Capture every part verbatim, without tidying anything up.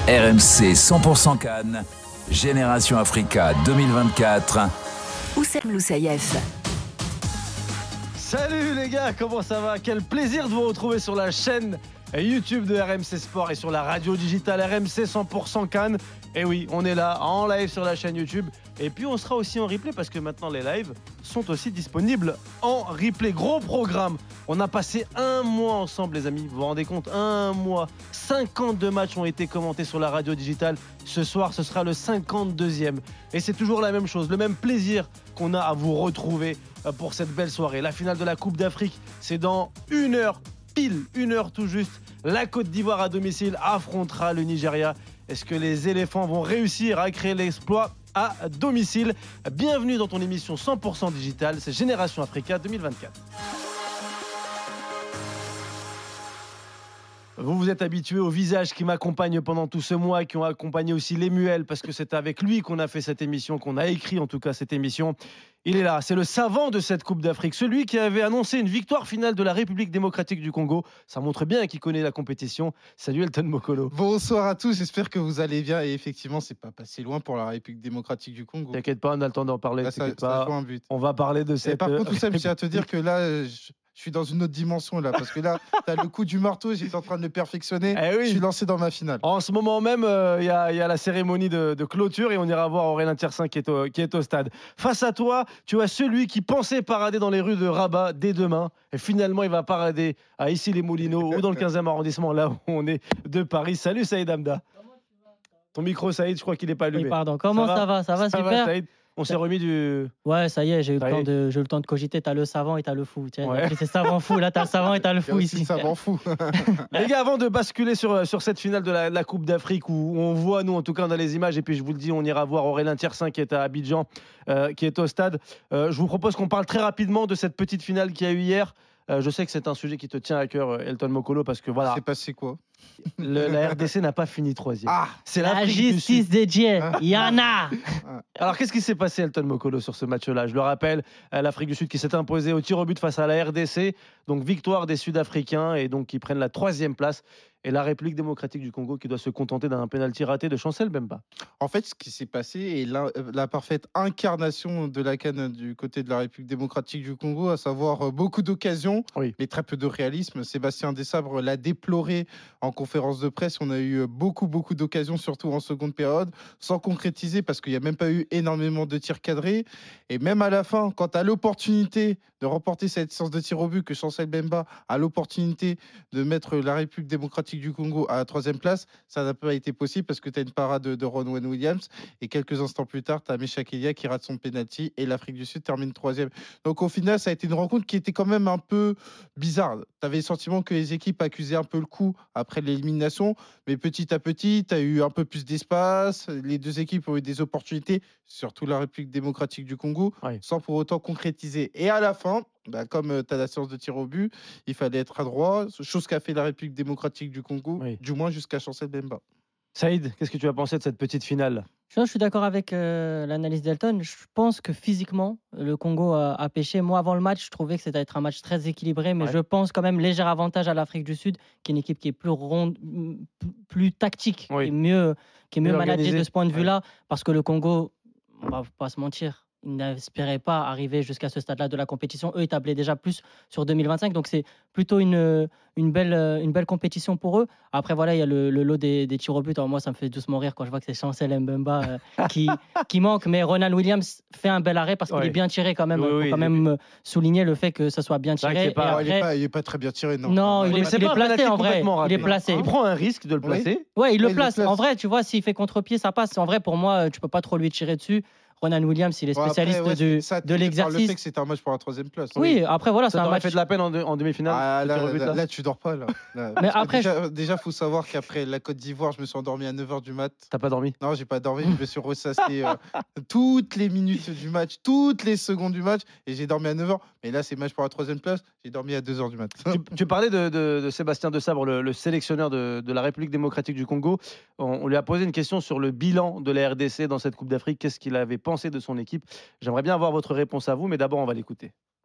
R M C cent pour cent Cannes, Génération Africa deux mille vingt-quatre. Oussem Loussaïef. Salut les gars, comment ça va? Quel plaisir de vous retrouver sur la chaîne YouTube de R M C Sport et sur la radio digitale R M C cent pour cent Cannes. Et oui, on est là en live sur la chaîne YouTube. Et puis on sera aussi en replay parce que maintenant les lives sont aussi disponibles en replay. Gros programme. On a passé un mois ensemble les amis. Vous vous rendez compte? Un mois. cinquante-deux matchs ont été commentés sur la radio digitale. Ce soir, ce sera le cinquante-deuxième. Et c'est toujours la même chose. Le même plaisir qu'on a à vous retrouver pour cette belle soirée. La finale de la Coupe d'Afrique, c'est dans une heure. Pile, une heure tout juste. La Côte d'Ivoire à domicile affrontera le Nigeria. Est-ce que les éléphants vont réussir à créer l'exploit à domicile? Bienvenue dans ton émission cent pour cent digitale, c'est Génération Africa deux mille vingt-quatre. Vous vous êtes habitués aux visages qui m'accompagnent pendant tout ce mois, qui ont accompagné aussi Lemuel, parce que c'est avec lui qu'on a fait cette émission, qu'on a écrit en tout cas cette émission. Il est là, c'est le savant de cette Coupe d'Afrique, celui qui avait annoncé une victoire finale de la République démocratique du Congo. Ça montre bien qu'il connaît la compétition. Salut Elton Mokolo. Bonsoir à tous, j'espère que vous allez bien. Et effectivement, c'est pas passé loin pour la République démocratique du Congo. T'inquiète pas, on a le temps d'en parler. Là, ça, pas. Ça un but. On va parler de cette... Et par contre, tout ça, je tiens à te dire que là... Je... Je suis dans une autre dimension là, parce que là, tu as le coup du marteau, j'étais en train de le perfectionner, eh oui. Je suis lancé dans ma finale. En ce moment même, il euh, y, y a la cérémonie de, de clôture et on ira voir Aurélien Tiersin qui est, au, qui est au stade. Face à toi, tu as celui qui pensait parader dans les rues de Rabat dès demain, et finalement il va parader à Issy-les-Moulineaux ou dans le quinzième arrondissement, là où on est de Paris. Salut Saïd Hamda. Ton micro Saïd, je crois qu'il n'est pas allumé. Oui, pardon, comment ça, ça va? Ça va, ça super va, Saïd. On s'est remis du... Ouais, ça y est, j'ai eu, le temps de, j'ai eu le temps de cogiter. T'as le savant et t'as le fou. Tiens, ouais. C'est savant fou. Là, t'as le savant et t'as le fou ici. savant fou. Les gars, avant de basculer sur, sur cette finale de la, de la Coupe d'Afrique, où on voit, nous, en tout cas, on a les images, et puis je vous le dis, on ira voir Aurélien Tiersin qui est à Abidjan, euh, qui est au stade. Euh, je vous propose qu'on parle très rapidement de cette petite finale qu'il y a eu hier. Euh, je sais que c'est un sujet qui te tient à cœur, Elton Mokolo, parce que voilà. C'est passé quoi? Le, la R D C n'a pas fini troisième. Ah, c'est la justice des dieux. Il y en a. Alors, qu'est-ce qui s'est passé, Elton Mokolo, sur ce match-là? Je le rappelle, l'Afrique du Sud qui s'est imposée au tir au but face à la R D C. Donc, victoire des Sud-Africains et donc qui prennent la troisième place. Et la République démocratique du Congo qui doit se contenter d'un pénalty raté de Chancel Bemba. En fait, ce qui s'est passé est la, la parfaite incarnation de la CAN du côté de la République démocratique du Congo, à savoir beaucoup d'occasions, oui. mais très peu de réalisme. Sébastien Desabre l'a déploré en conférence de presse. On a eu beaucoup, beaucoup d'occasions, surtout en seconde période, sans concrétiser parce qu'il n'y a même pas eu énormément de tirs cadrés. Et même à la fin, quand tu as l'opportunité de remporter cette séance de tir au but, que Chancel Bemba a l'opportunité de mettre la République démocratique du Congo à la troisième place, ça n'a pas été possible parce que tu as une parade de, de Ronwen Williams et quelques instants plus tard, tu as Meshak Elia qui rate son penalty et l'Afrique du Sud termine troisième. Donc au final, ça a été une rencontre qui était quand même un peu bizarre. Tu avais le sentiment que les équipes accusaient un peu le coup après l'élimination, mais petit à petit, tu as eu un peu plus d'espace, les deux équipes ont eu des opportunités, surtout la République démocratique du Congo, oui. sans pour autant concrétiser. Et à la fin, bah, comme euh, tu as la séance de tir au but, il fallait être adroit, chose qu'a fait la République démocratique du Congo, oui. du moins jusqu'à Chancel Bemba. Saïd, qu'est-ce que tu as pensé de cette petite finale? Je suis d'accord avec euh, l'analyse d'Elton. Je pense que physiquement, le Congo a, a pêché. Moi, avant le match, je trouvais que c'était être un match très équilibré, mais ouais. je pense quand même léger avantage à l'Afrique du Sud, qui est une équipe qui est plus ronde, plus tactique, oui. qui est mieux, qui est mieux managée de ce point de vue-là, ouais. parce que le Congo, on va pas se mentir, ils n'espéraient pas arriver jusqu'à ce stade-là de la compétition. Eux, ils tablaient déjà plus sur deux mille vingt-cinq. Donc, c'est plutôt une, une, belle, une belle compétition pour eux. Après, voilà, il y a le, le lot des, des tirs au but. Alors, moi, ça me fait doucement rire quand je vois que c'est Chancel Mbemba euh, qui, qui manque. Mais Ronald Williams fait un bel arrêt parce qu'il oui. est bien tiré quand même. Il oui, faut quand oui, même oui. souligner le fait que ça soit bien tiré. Pas, après... il n'est pas, il est pas très bien tiré, non. Non, il, ouais, est, il est placé en vrai. Il est placé. Il prend un risque de le placer. Oui, ouais, il, le, place. il le place. En vrai, tu vois, s'il fait contre-pied, ça passe. En vrai, pour moi, tu ne peux pas trop lui tirer dessus. Ronald Williams, il est spécialiste ouais, après, ouais, du, ça, de l'exercice. Le fait que c'est un match pour la troisième place. Oui, oui. après voilà, ça c'est un match. fait de la peine en, de, en demi-finale. Ah, là, là, là, là, tu dors pas là. là. Mais après, déjà, je... déjà, faut savoir qu'après la Côte d'Ivoire, je me suis endormi à neuf heures du mat. T'as pas dormi? Non, j'ai pas dormi. Je me suis ressassé euh, toutes les minutes du match, toutes les secondes du match, et j'ai dormi à neuf heures. Mais là, c'est match pour la troisième place. J'ai dormi à deux heures du mat. tu, tu parlais de, de, de Sébastien Desabre, le, le sélectionneur de, de la République démocratique du Congo. On, on lui a posé une question sur le bilan de la R D C dans cette Coupe d'Afrique. Qu'est-ce qu'il avait pensé de son équipe? J'aimerais bien avoir votre réponse à vous, mais d'abord, on va l'écouter.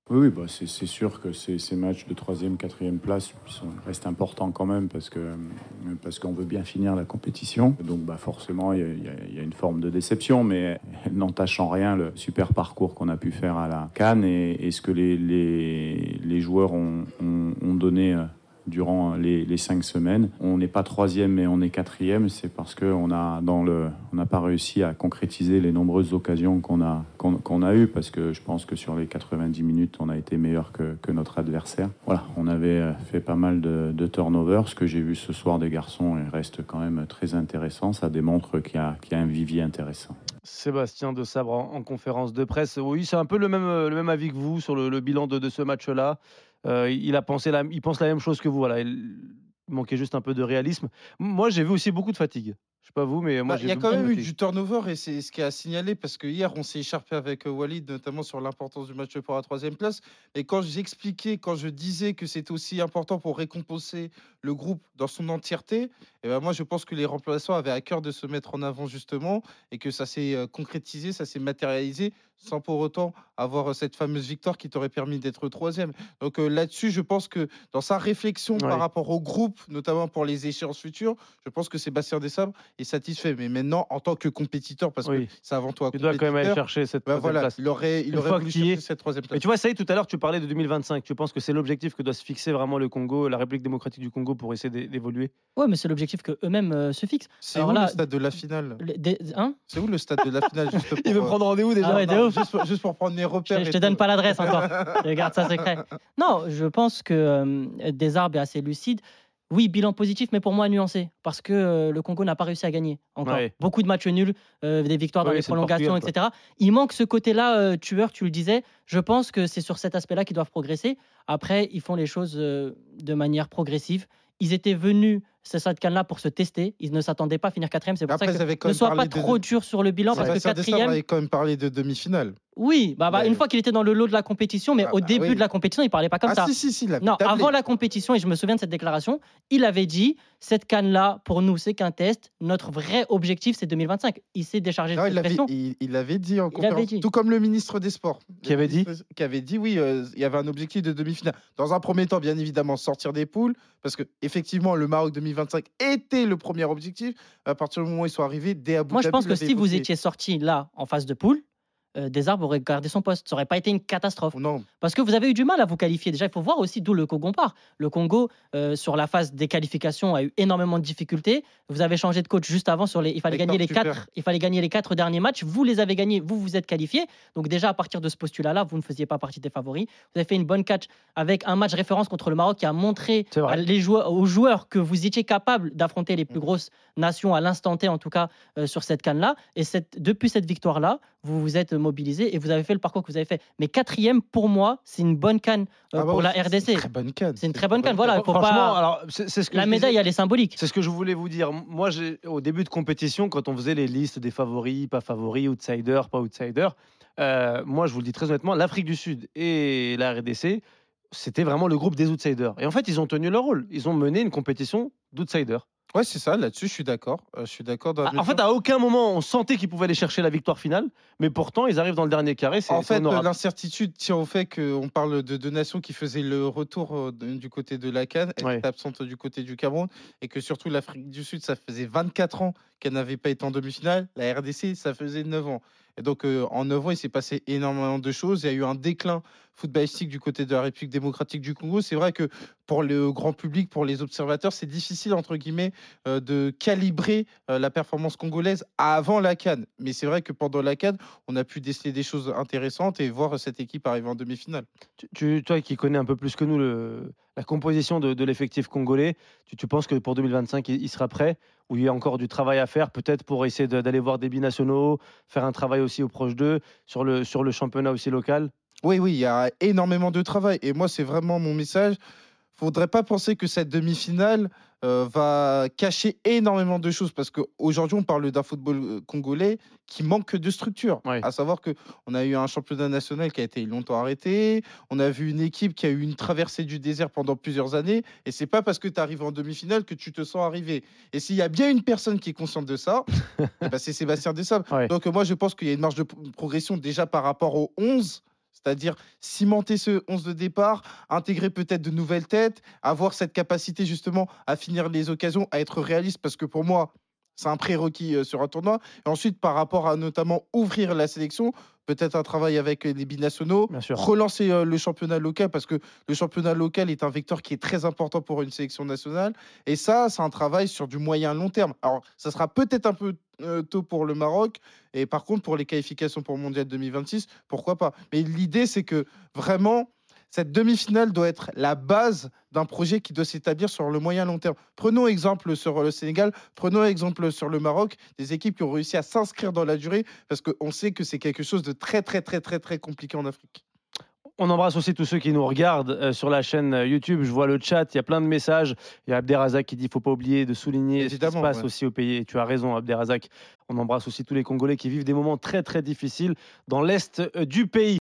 Oui, oui, bah c'est, c'est sûr que ces, ces matchs de troisième, quatrième place sont, restent importants quand même parce, que, parce qu'on veut bien finir la compétition. Donc bah forcément, il y, y, y a une forme de déception, mais elle n'entache en rien le super parcours qu'on a pu faire à la CAN et, et ce que les, les, les joueurs ont, ont, ont donné durant les, les cinq semaines. On n'est pas troisième, mais on est quatrième. C'est parce qu'on n'a on pas réussi à concrétiser les nombreuses occasions qu'on a, qu'on, qu'on a eues, parce que je pense que sur les quatre-vingt-dix minutes, on a été meilleur que, que notre adversaire. Voilà, on avait fait pas mal de, de turnovers. Ce que j'ai vu ce soir des garçons reste quand même très intéressant. Ça démontre qu'il y a, qu'il y a un vivier intéressant. Sébastien Desabre en, en conférence de presse. Oui, c'est un peu le même, le même avis que vous sur le, le bilan de, de ce match-là. Euh, il, a pensé la, il pense la même chose que vous. Voilà. Il manquait juste un peu de réalisme. Moi, j'ai vu aussi beaucoup de fatigue. Je sais pas vous, mais moi, Bah, j'ai il y a vu quand beaucoup même de eu fatigue. du turnover et c'est ce qui a signalé parce que hier on s'est écharpé avec euh, Walid notamment sur l'importance du match pour la troisième place. Et quand j'expliquais, quand je disais que c'était aussi important pour récompenser le groupe dans son entièreté, et ben moi je pense que les remplaçants avaient à cœur de se mettre en avant justement et que ça s'est euh, concrétisé, ça s'est matérialisé sans pour autant avoir euh, cette fameuse victoire qui t'aurait permis d'être troisième. Donc euh, là-dessus, je pense que dans sa réflexion Ouais. par rapport au groupe, notamment pour les échéances futures, je pense que Sébastien Desabre est satisfait. Mais maintenant, en tant que compétiteur, parce Oui. que c'est avant tout un Il doit quand même aller compétiteur, chercher cette bah troisième voilà, place. il aurait, il Une aurait fois voulu qu'il y chercher est. cette troisième Mais place. tu vois, ça y est, tout à l'heure, tu parlais de deux mille vingt-cinq. Tu penses que c'est l'objectif que doit se fixer vraiment le Congo, la République démocratique du Congo, pour essayer d'é- d'évoluer? Ouais, mais c'est l'objectif que eux-mêmes euh, se fixent. C'est Alors où là, le stade de la finale les- des- hein C'est où le stade de la finale juste pour, Il veut euh, prendre rendez-vous déjà. Ah ouais, de non, ouf. juste, pour, juste pour prendre mes Je, repères. te- je et te donne tout. pas l'adresse encore. Je garde ça secret. Non, je pense que euh, Desarbes est assez lucide. Oui, bilan positif, mais pour moi nuancé, parce que euh, le Congo n'a pas réussi à gagner encore. Ouais. Beaucoup de matchs nuls, euh, des victoires dans Oui, les c'est le prolongations, Portugal, quoi. et cetera. Il manque ce côté-là, euh, tueur, tu le disais. Je pense que c'est sur cet aspect-là qu'ils doivent progresser. Après, ils font les choses euh, de manière progressive. Ils étaient venus, c'est ça de Cannes-là, pour se tester. Ils ne s'attendaient pas à finir quatrième. C'est pour Après, ça ils que avaient quand ne même sois pas parlé de- trop dur sur le bilan, parce que Sébastien Desabre quatrième. avait quand même parlé de demi-finale. Oui, bah, bah, Ouais. une fois qu'il était dans le lot de la compétition, mais Ah au bah début oui. de la compétition, il parlait pas comme ah ça. si, si, si, il avait Non, tablé. avant la compétition, et je me souviens de cette déclaration, il avait dit cette canne-là, pour nous, c'est qu'un test. Notre vrai objectif, c'est deux mille vingt-cinq. Il s'est déchargé Non, de il cette l'avait pression. il, il l'avait dit en Il l'avait conférence, dit. tout comme le ministre des Sports. Qui Le avait dit ministre- Qui avait dit, oui, euh, il y avait un objectif de demi-finale. Dans un premier temps, bien évidemment, sortir des poules, parce que effectivement, le Maroc deux mille vingt-cinq était le premier objectif. À partir du moment où ils sont arrivés, dès Abu Moi, je Dhabi, pense il que l'avait si vous évoqué. étiez sorti là, en phase de poule, euh, Desarbes aurait gardé son poste. Ça n'aurait pas été une catastrophe. Non, Parce que vous avez eu du mal à vous qualifier. Déjà, il faut voir aussi d'où le Congo part. Le Congo, euh, sur la phase des qualifications, a eu énormément de difficultés. Vous avez changé de coach juste avant. Sur les... il, fallait Hector gagner les Super. quatre... il fallait gagner les quatre derniers matchs. Vous les avez gagnés. Vous vous êtes qualifiés. Donc déjà, à partir de ce postulat-là, vous ne faisiez pas partie des favoris. Vous avez fait une bonne catch avec un match référence contre le Maroc qui a montré C'est vrai. à les joueurs, aux joueurs que vous étiez capable d'affronter les plus grosses nations à l'instant T, en tout cas, euh, sur cette canne-là. Et cette... depuis cette victoire-là, vous vous êtes mobilisés et vous avez fait le parcours que vous avez fait. Mais quatrième, pour moi, c'est une bonne canne euh, Ah bah pour oui, la c'est- R D C'est une C. très bonne canne. C'est une très bonne canne. Voilà, il faut Franchement, pas... alors, c'est, c'est ce que La je médaille, disais. elle est symbolique. C'est ce que je voulais vous dire. Moi, j'ai, au début de compétition, quand on faisait les listes des favoris, pas favoris, outsiders, pas outsiders, euh, moi, je vous le dis très honnêtement, l'Afrique du Sud et la R D C, c'était vraiment le groupe des outsiders. Et en fait, ils ont tenu leur rôle. Ils ont mené une compétition d'outsiders. Ouais, c'est ça, là-dessus, je suis d'accord. Euh, je suis d'accord. dans la Ah, En fait, mesure- à aucun moment, on sentait qu'ils pouvaient aller chercher la victoire finale, mais pourtant, ils arrivent dans le dernier carré. C'est, En c'est fait, honorable. l'incertitude tient au fait qu'on parle de deux nations qui faisaient le retour euh, de- du côté de la CAN, elle Ouais. était absente du côté du Cameroun, et que surtout l'Afrique du Sud, ça faisait vingt-quatre ans qu'elle n'avait pas été en demi-finale. La R D C, ça faisait neuf ans. Et donc, euh, en neuf ans, il s'est passé énormément de choses. Il y a eu un déclin footballistique du côté de la République démocratique du Congo. C'est vrai que pour le grand public, pour les observateurs, c'est difficile, entre guillemets, euh, de calibrer euh, la performance congolaise avant la CAN. Mais c'est vrai que pendant la CAN, on a pu déceler des choses intéressantes et voir cette équipe arriver en demi-finale. Tu, tu- toi qui connais un peu plus que nous le- la composition de, de l'effectif congolais, tu, tu penses que pour deux mille vingt-cinq, il, il sera prêt? Ou il y a encore du travail à faire, peut-être pour essayer de- d'aller voir des binationaux, faire un travail aussi au proche d'eux, sur le, sur le championnat aussi local? Oui, oui, il y a énormément de travail. Et moi, c'est vraiment mon message. Faudrait pas penser que cette demi-finale euh, va cacher énormément de choses parce qu'aujourd'hui, on parle d'un football euh, congolais qui manque de structure. Oui. À savoir qu'on a eu un championnat national qui a été longtemps arrêté. On a vu une équipe qui a eu une traversée du désert pendant plusieurs années. Et c'est pas parce que tu arrives en demi-finale que tu te sens arrivé. Et s'il y a bien une personne qui est consciente de ça, eh ben, c'est Sébastien Desabre. Ouais. Donc, euh, moi, je pense qu'il y a une marge de p- progression déjà par rapport aux onze. C'est-à-dire cimenter ce onze de départ, intégrer peut-être de nouvelles têtes, avoir cette capacité justement à finir les occasions, à être réaliste, parce que pour moi, c'est un prérequis euh, sur un tournoi. Et ensuite, par rapport à notamment ouvrir la sélection, peut-être un travail avec euh, les binationaux, Bien sûr. relancer euh, le championnat local, parce que le championnat local est un vecteur qui est très important pour une sélection nationale. Et ça, c'est un travail sur du moyen long terme. Alors, ça sera peut-être un peu euh, tôt pour le Maroc. Et par contre, pour les qualifications pour le Mondial deux mille vingt-six, pourquoi pas. Mais l'idée, c'est que vraiment, cette demi-finale doit être la base d'un projet qui doit s'établir sur le moyen long terme. Prenons exemple sur le Sénégal, prenons exemple sur le Maroc, des équipes qui ont réussi à s'inscrire dans la durée, parce qu'on sait que c'est quelque chose de très, très, très, très, très compliqué en Afrique. On embrasse aussi tous ceux qui nous regardent euh, sur la chaîne euh, YouTube. Je vois le chat, il y a plein de messages. Il y a Abderrazak qui dit qu'il ne faut pas oublier de souligner Évidemment, ce qui se passe ouais. aussi au pays. Et tu as raison, Abderrazak. On embrasse aussi tous les Congolais qui vivent des moments très très difficiles dans l'est euh, du pays.